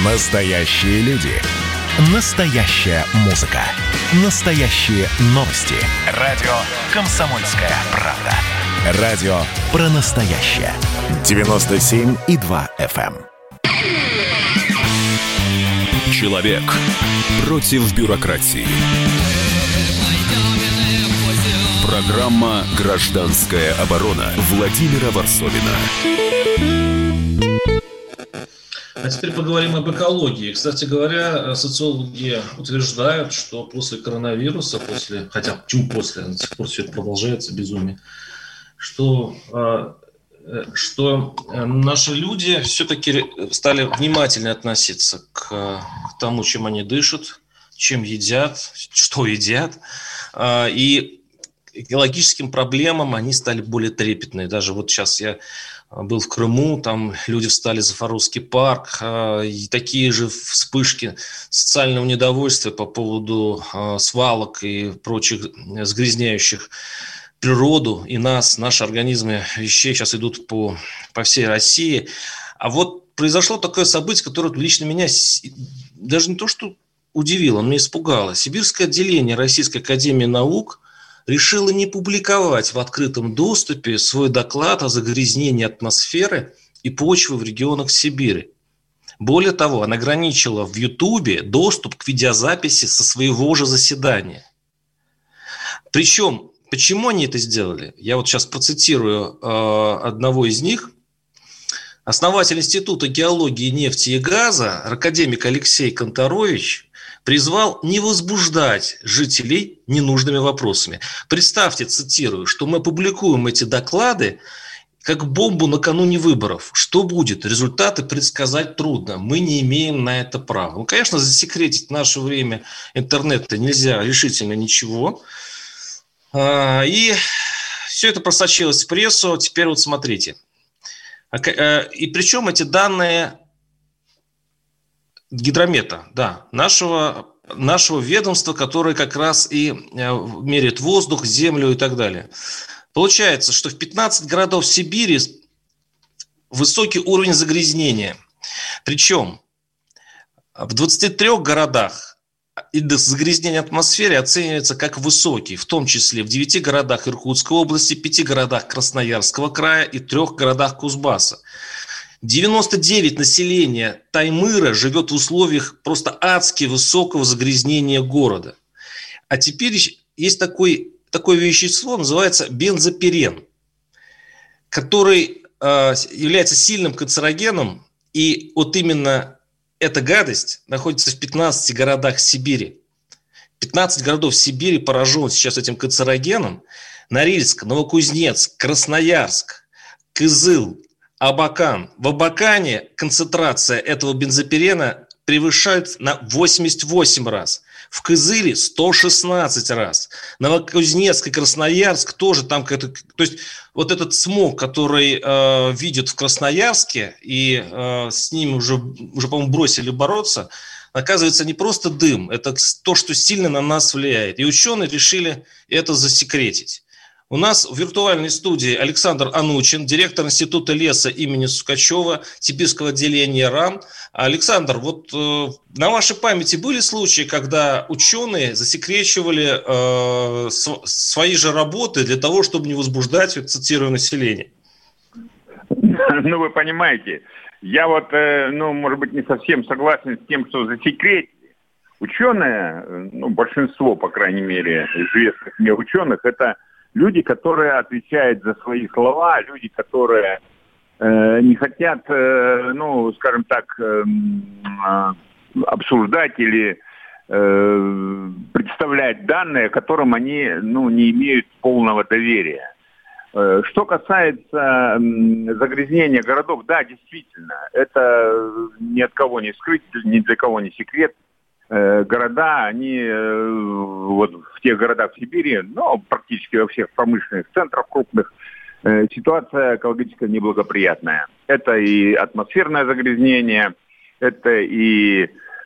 Настоящие люди. Настоящая музыка. Настоящие новости. Радио «Комсомольская правда». Радио про настоящее. 97,2 FM. Человек против бюрократии. Программа «Гражданская оборона» Владимира Варсовина. А теперь поговорим об экологии. Кстати говоря, социологи утверждают, что после коронавируса, хотя почему после, до сих пор все это продолжается, безумие, что наши люди все-таки стали внимательно относиться к тому, чем они дышат, чем едят, что едят, и экологическим проблемам они стали более трепетные. Даже вот сейчас я был в Крыму, там люди встали за Фаровский парк, и такие же вспышки социального недовольствия по поводу свалок и прочих загрязняющих природу и нас, наши организмы вещей сейчас идут по всей России. А вот произошло такое событие, которое лично меня даже не то что удивило, но испугало. Сибирское отделение Российской академии наук решила не публиковать в открытом доступе свой доклад о загрязнении атмосферы и почвы в регионах Сибири. Более того, она ограничила в Ютубе доступ к видеозаписи со своего же заседания. Причем, почему они это сделали? Я вот сейчас процитирую одного из них. Основатель Института геологии, нефти и газа, академик Алексей Конторович, призвал не возбуждать жителей ненужными вопросами. Представьте, цитирую, что мы публикуем эти доклады как бомбу накануне выборов. Что будет? Результаты предсказать трудно. Мы не имеем на это права. Ну, конечно, засекретить в наше время интернета нельзя решительно ничего. И все это просочилось в прессу. Теперь вот смотрите. И причем эти данные Гидромета, да, нашего ведомства, которое как раз и меряет воздух, землю и так далее. Получается, что в 15 городов Сибири высокий уровень загрязнения. Причем в 23 городах индекс загрязнения атмосферы оценивается как высокий, в том числе в 9 городах Иркутской области, 5 городах Красноярского края и 3 городах Кузбасса. 99% населения Таймыра живет в условиях просто адски высокого загрязнения города. А теперь есть такое вещество, называется бензопирен, который является сильным канцерогеном. И вот именно эта гадость находится в 15 городах Сибири. 15 городов Сибири поражен сейчас этим канцерогеном. Норильск, Новокузнецк, Красноярск, Кызыл, Абакан. В Абакане концентрация этого бензопирена превышает на 88 раз. В Кызыле 116 раз. Новокузнецк и Красноярск тоже там какая-то... То есть вот этот смог, который видят в Красноярске, и с ним уже, по-моему, бросили бороться, оказывается, не просто дым, это то, что сильно на нас влияет. И ученые решили это засекретить. У нас в виртуальной студии Александр Анучин, директор Института леса имени Сукачева, Сибирского отделения РАН. Александр, вот на вашей памяти были случаи, когда ученые засекречивали свои же работы для того, чтобы не возбуждать, цитирую, население? Ну, вы понимаете, я вот, может быть, не совсем согласен с тем, что засекретили. Ученые, большинство, по крайней мере, известных мне ученых, это люди, которые отвечают за свои слова, люди, которые не хотят, скажем так, обсуждать или представлять данные, которым они, не имеют полного доверия. Что касается загрязнения городов, да, действительно, это ни от кого не скрыть, ни для кого не секрет. Города, они вот в тех городах в Сибири, практически во всех промышленных центрах крупных, ситуация экологически неблагоприятная. Это и атмосферное загрязнение, это и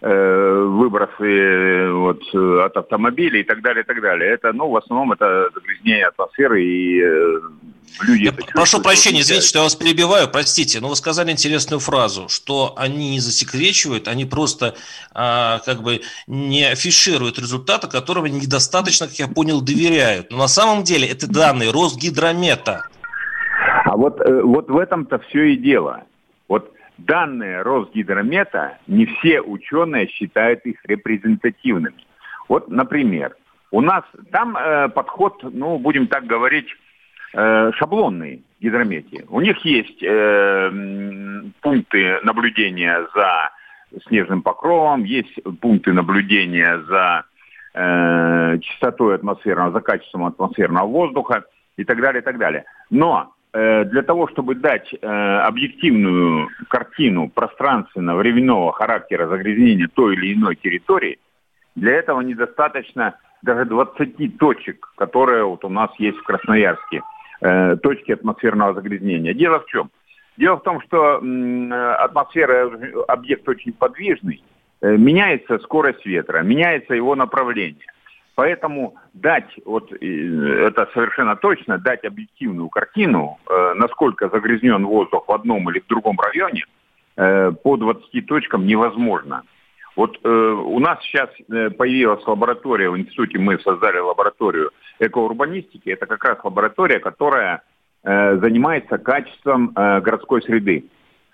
выбросы от автомобилей и так далее, и так далее. Это, в основном это загрязнение атмосферы, и люди... Прошу прощения, извините, что я вас перебиваю, простите, но вы сказали интересную фразу, что они не засекречивают, они просто не афишируют результаты, которым они недостаточно, как я понял, доверяют. Но на самом деле это данные Росгидромета. А вот в этом-то все и дело. Вот данные Росгидромета не все ученые считают их репрезентативными. Вот, например, у нас там подход, будем так говорить, шаблонный в гидромете. У них есть пункты наблюдения за снежным покровом, есть пункты наблюдения за частотой атмосферного, за качеством атмосферного воздуха и так далее, и так далее. Но для того, чтобы дать объективную картину пространственно-временного характера загрязнения той или иной территории, для этого недостаточно даже 20 точек, которые у нас есть в Красноярске, точки атмосферного загрязнения. Дело в чем? Дело в том, что атмосфера – объект очень подвижный, меняется скорость ветра, меняется его направление. Поэтому дать, это совершенно точно, дать объективную картину, насколько загрязнен воздух в одном или в другом районе, по 20 точкам невозможно. У нас сейчас появилась лаборатория, в институте мы создали лабораторию экоурбанистики. Это как раз лаборатория, которая занимается качеством городской среды.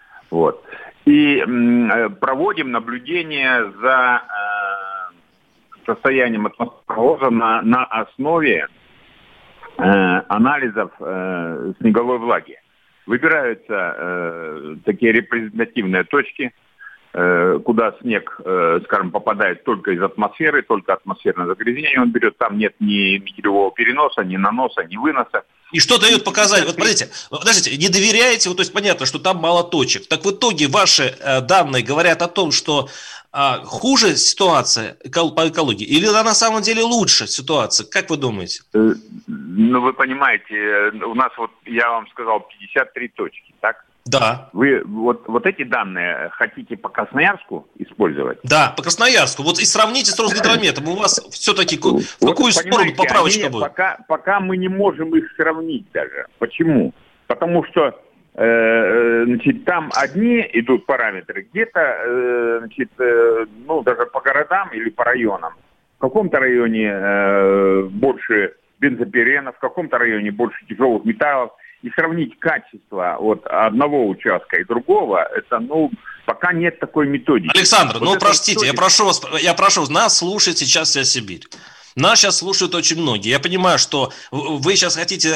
И проводим наблюдение за состоянием атмосферного воздуха на основе анализов снеговой влаги. Выбираются такие репрезентативные точки, куда снег, скажем, попадает только из атмосферы, только атмосферное загрязнение он берет, там нет ни метелевого переноса, ни наноса, ни выноса. И что дают показания? Подождите, не доверяете, то есть понятно, что там мало точек. Так в итоге ваши данные говорят о том, что хуже ситуация по экологии, или она на самом деле лучше ситуация? Как вы думаете? Вы понимаете, у нас, я вам сказал, 53 точки, так? Да. Вы вот эти данные хотите по Красноярску использовать? Да, по Красноярску. И сравните с Росгидрометом. У вас все-таки в какую сторону поправочка будет? Пока мы не можем их сравнить даже. Почему? Потому что там одни идут параметры, где-то даже по городам или по районам. В каком-то районе больше бензопирена, в каком-то районе больше тяжелых металлов. И сравнить качество одного участка и другого, это, пока нет такой методики. Александр, простите, методика... я прошу вас, нас слушает сейчас вся Сибирь. Нас сейчас слушают очень многие. Я понимаю, что вы сейчас хотите,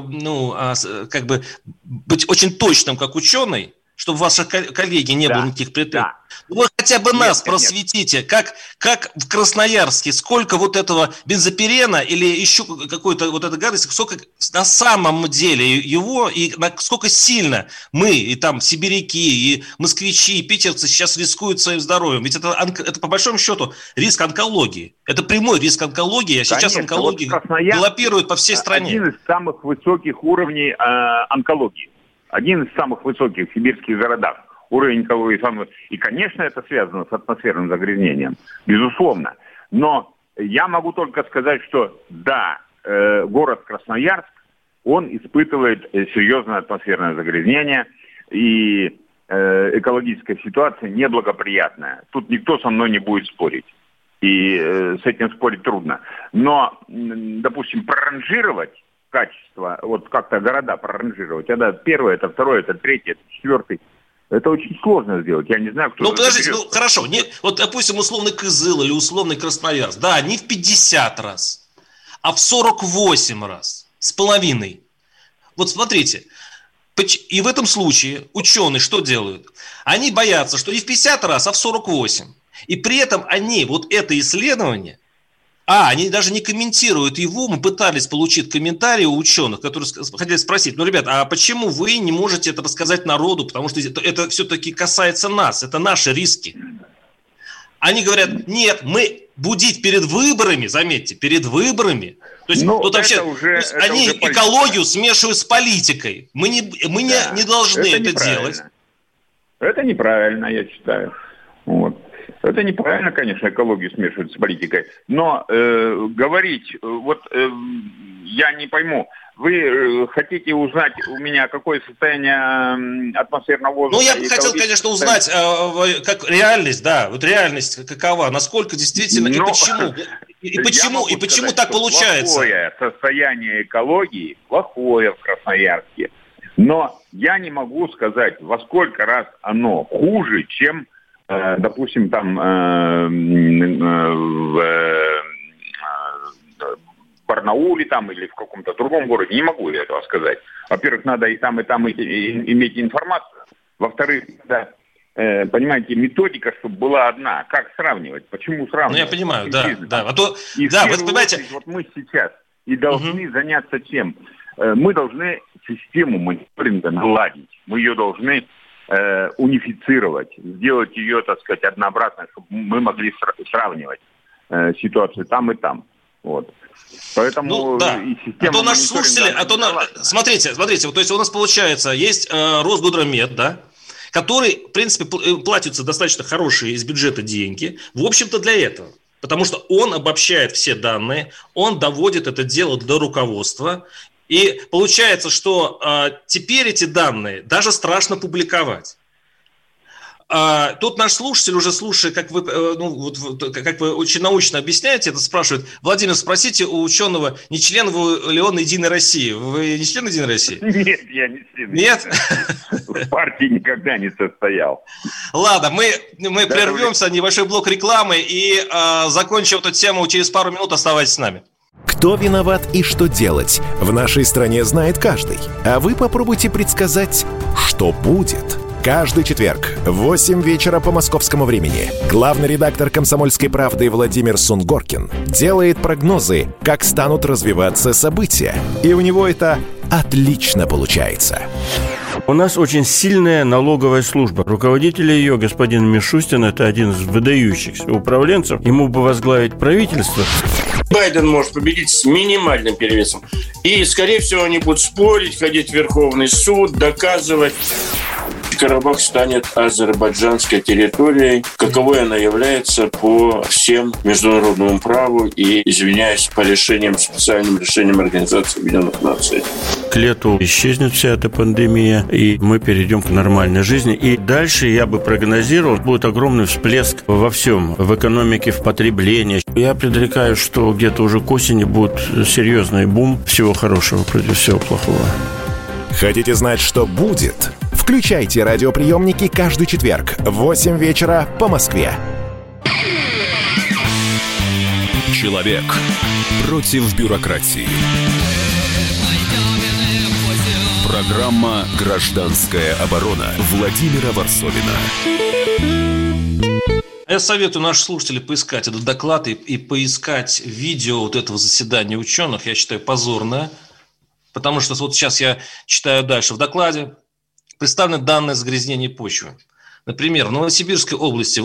быть очень точным, как ученый, чтобы ваши коллеги не было никаких претензий. Да. Вы хотя бы нас просветите, как в Красноярске, сколько этого бензопирена или еще какой-то этой гадости, сколько на самом деле его, и насколько сильно мы, и там сибиряки, и москвичи, и питерцы сейчас рискуют своим здоровьем. Ведь это по большому счету риск онкологии. Это прямой риск онкологии, а сейчас онкология галопирует по всей стране. Один из самых высоких уровней онкологии. Один из самых высоких в сибирских городах. Уровень онкологии самый... И, конечно, это связано с атмосферным загрязнением. Безусловно. Но я могу только сказать, что да, город Красноярск, он испытывает серьезное атмосферное загрязнение. И экологическая ситуация неблагоприятная. Тут никто со мной не будет спорить. И с этим спорить трудно. Но, допустим, проранжировать качество, как-то города проранжировать. Это первое, это второе, это третье, это четвертый. Это очень сложно сделать. Я не знаю, кто... подождите, хорошо. Допустим, условный Кызыл или условный Красноярск. Да, не в 50 раз, а в 48 раз. С половиной. Смотрите. И в этом случае ученые что делают? Они боятся, что не в 50 раз, а в 48. И при этом они, это исследование, они даже не комментируют его. Мы пытались получить комментарии у ученых, которые хотели спросить, ребят, а почему вы не можете это рассказать народу? Потому что это все-таки касается нас, это наши риски. Они говорят, нет, мы будить перед выборами, заметьте, перед выборами. То есть, они экологию смешивают с политикой. Мы не должны это делать. Это неправильно, я считаю. Это неправильно, конечно, экологию смешивать с политикой. Но говорить, я не пойму, вы хотите узнать у меня, какое состояние атмосферного воздуха? Я бы хотел, конечно, узнать, как реальность, реальность какова, насколько действительно и почему так получается. Плохое состояние экологии, плохое в Красноярске. Но я не могу сказать, во сколько раз оно хуже, чем, допустим, там в Барнауле там, или в каком-то другом городе. Не могу я этого сказать. Во-первых, надо и там иметь информацию. Во-вторых, понимаете, методика, чтобы была одна. Как сравнивать? Почему сравнивать? Я понимаю, да. Вы понимаете... Вот мы сейчас и должны заняться чем? Мы должны систему мониторинга наладить. Мы ее должны унифицировать, сделать ее, так сказать, однообразной, чтобы мы могли сравнивать ситуацию там и там. Вот. Поэтому и система наши слушатели, смотрите, вот, то есть у нас получается, есть Росгидромет, который, в принципе, платятся достаточно хорошие из бюджета деньги, в общем-то, для этого. Потому что он обобщает все данные, он доводит это дело до руководства, и получается, что теперь эти данные даже страшно публиковать. Тут наш слушатель, уже слушая, как вы очень научно объясняете, это спрашивает: Владимир, спросите у ученого, не член ли он Единой России? Вы не член Единой России? Нет, я не член. Нет? В партии никогда не состоял. Ладно, мы прервемся, небольшой блок рекламы, и закончим эту тему через пару минут. Оставайтесь с нами. Кто виноват и что делать, в нашей стране знает каждый. А вы попробуйте предсказать, что будет. Каждый четверг в 8 вечера по московскому времени главный редактор «Комсомольской правды» Владимир Сунгоркин делает прогнозы, как станут развиваться события. И у него это отлично получается. У нас очень сильная налоговая служба. Руководитель ее, господин Мишустин, это один из выдающихся управленцев. Ему бы возглавить правительство. Байден может победить с минимальным перевесом. И, скорее всего, они будут спорить, ходить в Верховный суд, доказывать. Карабах станет азербайджанской территорией, каковой она является по всем международному праву и, извиняюсь, по специальным решениям Организации Объединенных Наций. К лету исчезнет вся эта пандемия, и мы перейдем к нормальной жизни. И дальше, я бы прогнозировал, будет огромный всплеск во всем, в экономике, в потреблении. Я предрекаю, что где-то уже к осени будет серьезный бум всего хорошего против всего плохого. Хотите знать, что будет? Включайте радиоприемники каждый четверг в 8 вечера по Москве. Человек против бюрократии. Программа «Гражданская оборона» Владимира Варсовина. Я советую нашим слушателям поискать этот доклад и поискать видео вот этого заседания ученых. Я считаю, позорное. Потому что вот сейчас я читаю дальше. В докладе представлены данные загрязнения почвы. Например, в Новосибирской области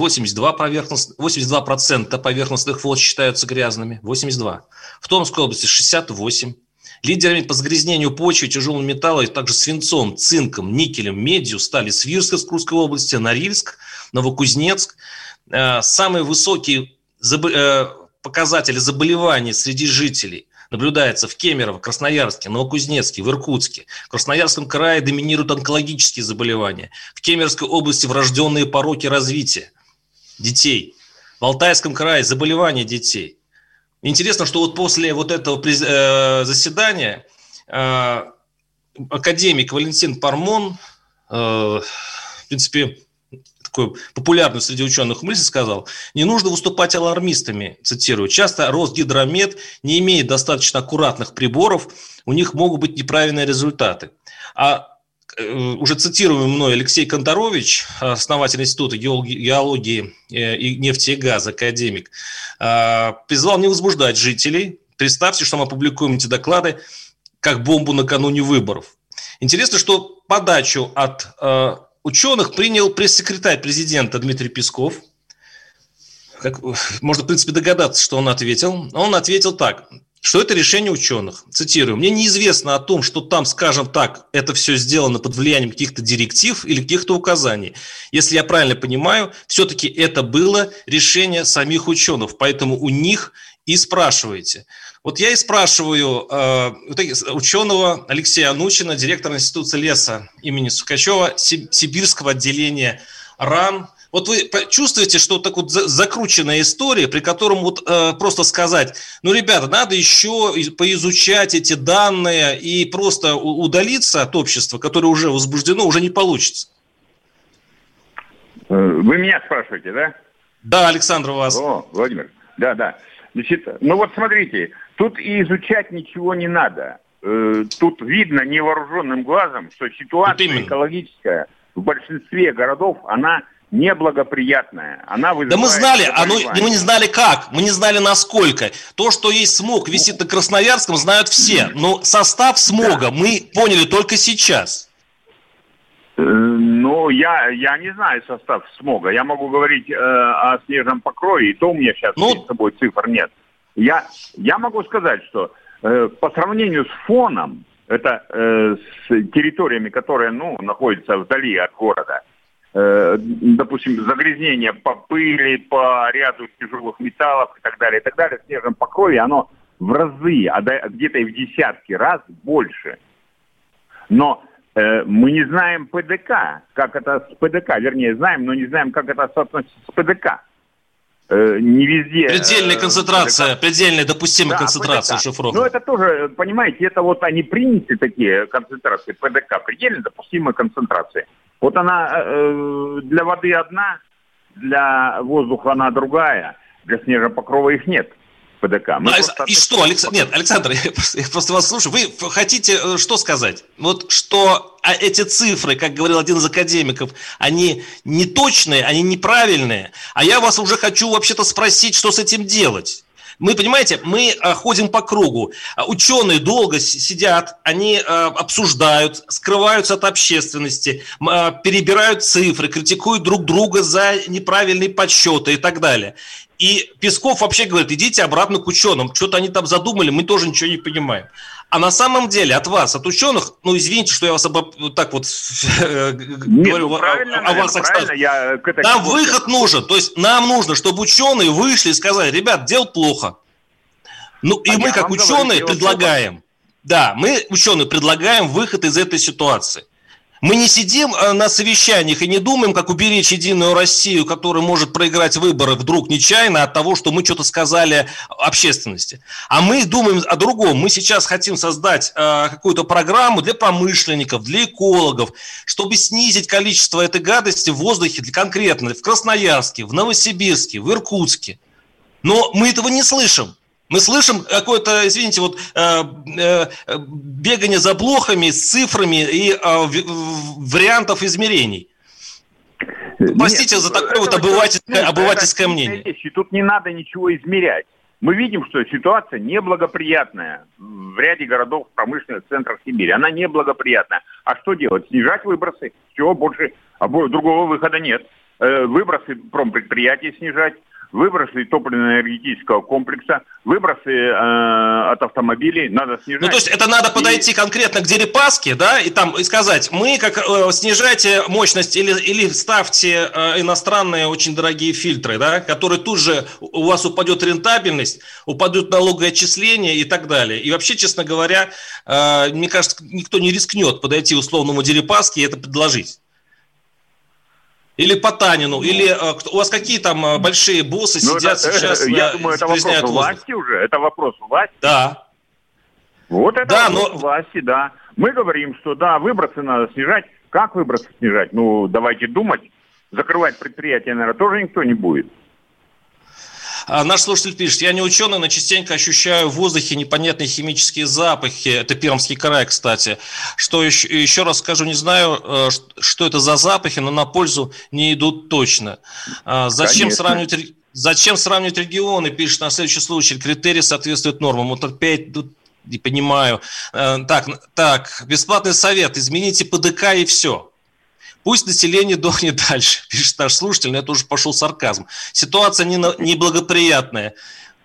82% поверхностных вод считаются грязными. 82%. В Томской области 68%. Лидерами по загрязнению почвы тяжелым металлом, и также свинцом, цинком, никелем, медью стали Свирск-Курской области, Норильск, Новокузнецк. Самые высокие показатели заболеваний среди жителей наблюдается в Кемерово, Красноярске, Новокузнецке, в Иркутске. В Красноярском крае доминируют онкологические заболевания. В Кемеровской области врожденные пороки развития детей. В Алтайском крае заболевания детей. Интересно, что вот после вот этого заседания академик Валентин Пармон, в принципе, такую популярную среди ученых мысль сказал: не нужно выступать алармистами, цитирую. Часто Росгидромет не имеет достаточно аккуратных приборов, у них могут быть неправильные результаты. А уже цитируемый мной Алексей Конторович, основатель Института геологии и нефти и газа, академик, призвал не возбуждать жителей. Представьте, что мы опубликуем эти доклады как бомбу накануне выборов. Интересно, что подачу от ученых принял пресс-секретарь президента Дмитрий Песков. Можно, в принципе, догадаться, что он ответил. Он ответил так: что это решение ученых. Цитирую. «Мне неизвестно о том, что там, скажем так, это все сделано под влиянием каких-то директив или каких-то указаний. Если я правильно понимаю, все-таки это было решение самих ученых, поэтому у них и спрашиваете». Вот я и спрашиваю ученого Алексея Анучина, директора Института леса имени Сукачева, Сибирского отделения РАН. Вот вы чувствуете, что так вот закрученная история, при котором вот просто сказать, ну, ребята, надо еще поизучать эти данные и просто удалиться от общества, которое уже возбуждено, уже не получится. Вы меня спрашиваете, да? Да, Александр, вас. О, Владимир, да. Значит, ну вот смотрите, тут и изучать ничего не надо. Тут видно невооруженным глазом, что ситуация экологическая в большинстве городов, она неблагоприятная. Она вызывает... Да мы знали, мы не знали как, мы не знали насколько. То, что есть смог, висит на Красноярском, знают все. Но состав смога мы поняли только сейчас. Ну, я не знаю состав смога. Я могу говорить о снежном покрове, и то у меня сейчас перед собой цифр нет. Я могу сказать, что по сравнению с фоном, это с территориями, которые, находятся вдали от города, допустим, загрязнение по пыли, по ряду тяжелых металлов и так далее, в снежном покрове, оно в разы, где-то и в десятки раз больше. Но мы не знаем ПДК, как это с ПДК, вернее, знаем, но не знаем, как это соотносится с ПДК. Не везде... Предельная концентрация, предельная допустимая концентрация шифровки. Ну, это тоже, понимаете, это вот они приняты, такие концентрации ПДК, предельно допустимая концентрация. Вот она для воды одна, для воздуха она другая, для снежопокрова их нет. ПДК. И что, Александр, я просто вас слушаю. Вы хотите что сказать? Вот что эти цифры, как говорил один из академиков, они неточные, они неправильные. А я вас уже хочу вообще-то спросить, что с этим делать. Мы, понимаете, мы ходим по кругу. Ученые долго сидят, они обсуждают, скрываются от общественности, перебирают цифры, критикуют друг друга за неправильные подсчеты и так далее. И Песков вообще говорит, идите обратно к ученым. Что-то они там задумали, мы тоже ничего не понимаем. А на самом деле от вас, от ученых, извините, что я вас так вот говорю о вас, нам выход нужен. То есть нам нужно, чтобы ученые вышли и сказали, ребят, дело плохо. И мы как ученые предлагаем, мы ученые предлагаем выход из этой ситуации. Мы не сидим на совещаниях и не думаем, как уберечь Единую Россию, которая может проиграть выборы вдруг нечаянно от того, что мы что-то сказали общественности. А мы думаем о другом. Мы сейчас хотим создать какую-то программу для промышленников, для экологов, чтобы снизить количество этой гадости в воздухе конкретно в Красноярске, в Новосибирске, в Иркутске. Но мы этого не слышим. Мы слышим какое-то, извините, бегание за блохами с цифрами и вариантов измерений. Простите за такое обывательское мнение. Тут не надо ничего измерять. Мы видим, что ситуация неблагоприятная в ряде городов, промышленных центров Сибири. Она неблагоприятная. А что делать? Снижать выбросы. Все, больше другого выхода нет. Выбросы промпредприятий снижать. Выбросы топливно-энергетического комплекса, выбросы от автомобилей надо снижать. То есть это надо подойти конкретно к Дерипаске, и сказать, мы снижайте мощность или ставьте иностранные очень дорогие фильтры, которые тут же у вас упадет рентабельность, упадут налогоотчисления и так далее. И вообще, честно говоря, мне кажется, никто не рискнет подойти условному Дерипаске и это предложить. Или Потанину, или у вас какие там большие боссы сидят сейчас? Я думаю, это вопрос власти уже. Это вопрос власти. Да. Вот это вопрос власти, да. Мы говорим, что выбросы надо снижать. Как выбросы снижать? Давайте думать. Закрывать предприятия, наверное, тоже никто не будет. Наш слушатель пишет, я не ученый, но частенько ощущаю в воздухе непонятные химические запахи. Это Пермский край, кстати. Что еще раз скажу, не знаю, что это за запахи, но на пользу не идут точно. Зачем сравнивать регионы, пишет на следующий случай. Критерии соответствуют нормам. Вот опять тут не понимаю. Так, бесплатный совет. Измените ПДК и все. Пусть население дохнет дальше, пишет наш слушатель, но это уже пошел сарказм. Ситуация неблагоприятная.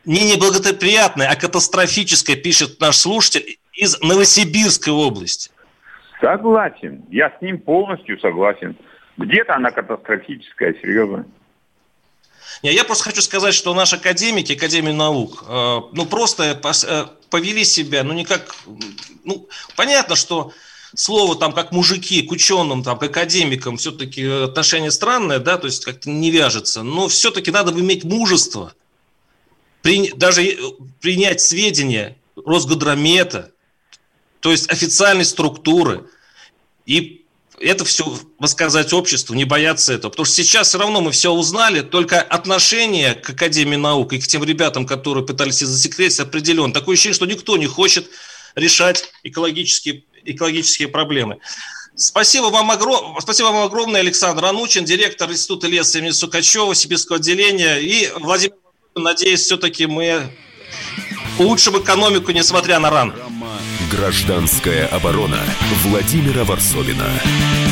не неблагоприятное, а катастрофическое, пишет наш слушатель из Новосибирской области. Согласен. Я с ним полностью согласен. Где-то она катастрофическая, серьезно. Я просто хочу сказать, что наши академики, Академия наук, просто повели себя, никак... понятно, что слово там как мужики к ученым, там, к академикам все-таки отношение странное, да, то есть как-то не вяжется, но все-таки надо иметь мужество даже принять сведения Росгидромета, то есть официальной структуры, и это все рассказать обществу, не бояться этого. Потому что сейчас все равно мы все узнали, только отношение к Академии наук и к тем ребятам, которые пытались засекретить, определенно. Такое ощущение, что никто не хочет решать экологические проблемы. Спасибо вам огромное, Александр Анучин, директор Института леса имени Сукачева, Сибирского отделения. И, Владимир, надеюсь, все-таки мы улучшим экономику, несмотря на ран. Гражданская оборона Владимира Варсовина.